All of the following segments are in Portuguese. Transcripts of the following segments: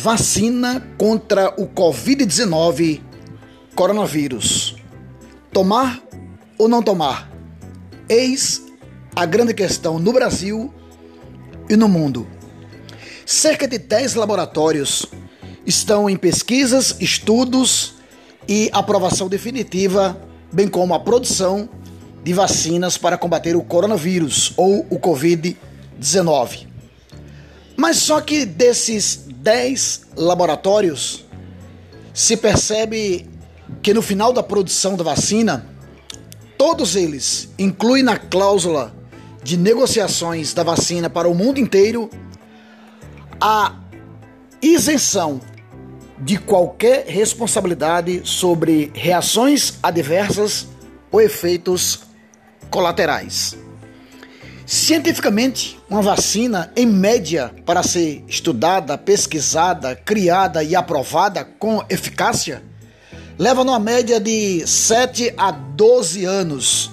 Vacina contra o Covid-19, coronavírus. Tomar ou não tomar? Eis a grande questão no Brasil e no mundo. Cerca de 10 laboratórios estão em pesquisas, estudos e aprovação definitiva, bem como a produção de vacinas para combater o coronavírus ou o Covid-19. Mas só que desses 10 laboratórios, se percebe que no final da produção da vacina, todos eles incluem na cláusula de negociações da vacina para o mundo inteiro a isenção de qualquer responsabilidade sobre reações adversas ou efeitos colaterais. Cientificamente, uma vacina, em média, para ser estudada, pesquisada, criada e aprovada com eficácia, leva numa média de 7 a 12 anos.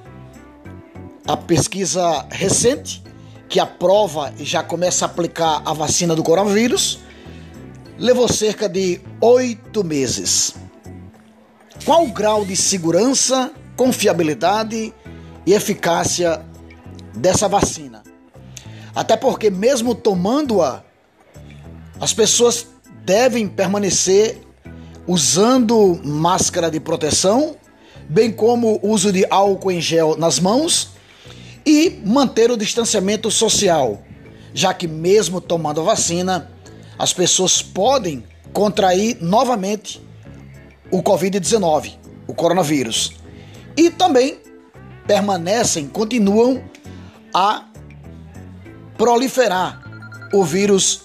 A pesquisa recente, que aprova e já começa a aplicar a vacina do coronavírus, levou cerca de 8 meses. Qual o grau de segurança, confiabilidade e eficácia dessa vacina? Até porque mesmo tomando-a, as pessoas devem permanecer usando máscara de proteção, bem como o uso de álcool em gel nas mãos e manter o distanciamento social, já que mesmo tomando a vacina, as pessoas podem contrair novamente o Covid-19, o coronavírus. E também continuam a proliferar o vírus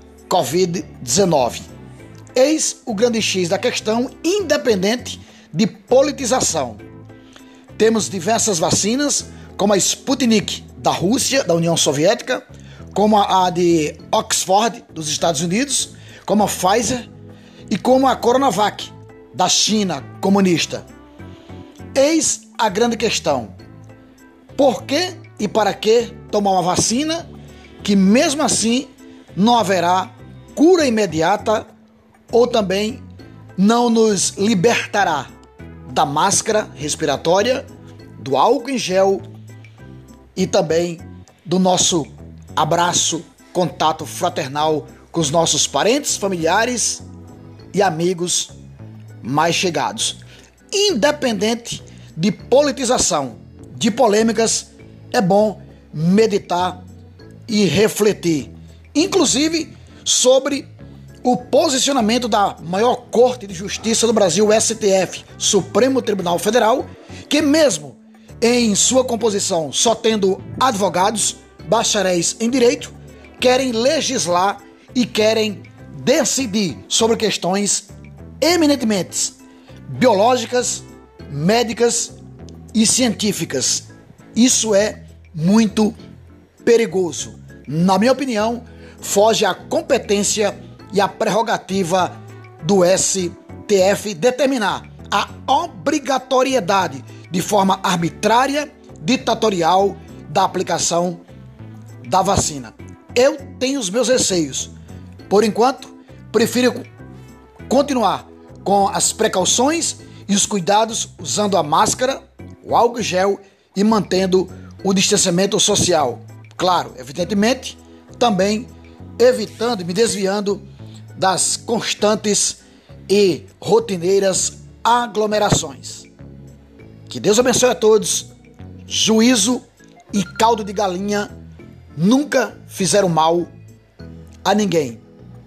Covid-19. Eis o grande X da questão, independente de politização. Temos diversas vacinas, como a Sputnik da Rússia, da União Soviética, como a de Oxford, dos Estados Unidos, como a Pfizer e como a Coronavac, da China comunista. Eis a grande questão. Por que e para que tomar uma vacina que mesmo assim não haverá cura imediata ou também não nos libertará da máscara respiratória, do álcool em gel e também do nosso abraço, contato fraternal com os nossos parentes, familiares e amigos mais chegados. Independente de politização, de polêmicas, é bom meditar e refletir, inclusive sobre o posicionamento da maior Corte de Justiça do Brasil, o STF, Supremo Tribunal Federal, que mesmo em sua composição só tendo advogados, bacharéis em direito, querem legislar e querem decidir sobre questões eminentemente biológicas, médicas e científicas. Isso é muito perigoso. Na minha opinião, foge à competência e à prerrogativa do STF determinar a obrigatoriedade de forma arbitrária, ditatorial, da aplicação da vacina. Eu tenho os meus receios. Por enquanto, prefiro continuar com as precauções e os cuidados usando a máscara, o álcool gel e mantendo o distanciamento social. Claro, evidentemente, também evitando e me desviando das constantes e rotineiras aglomerações. Que Deus abençoe a todos. Juízo e caldo de galinha nunca fizeram mal a ninguém.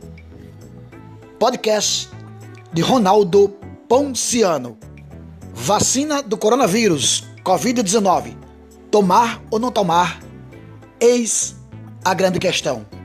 Podcast de Ronaldo Ponciano. Vacina do coronavírus, Covid-19. Tomar ou não tomar? Eis a grande questão.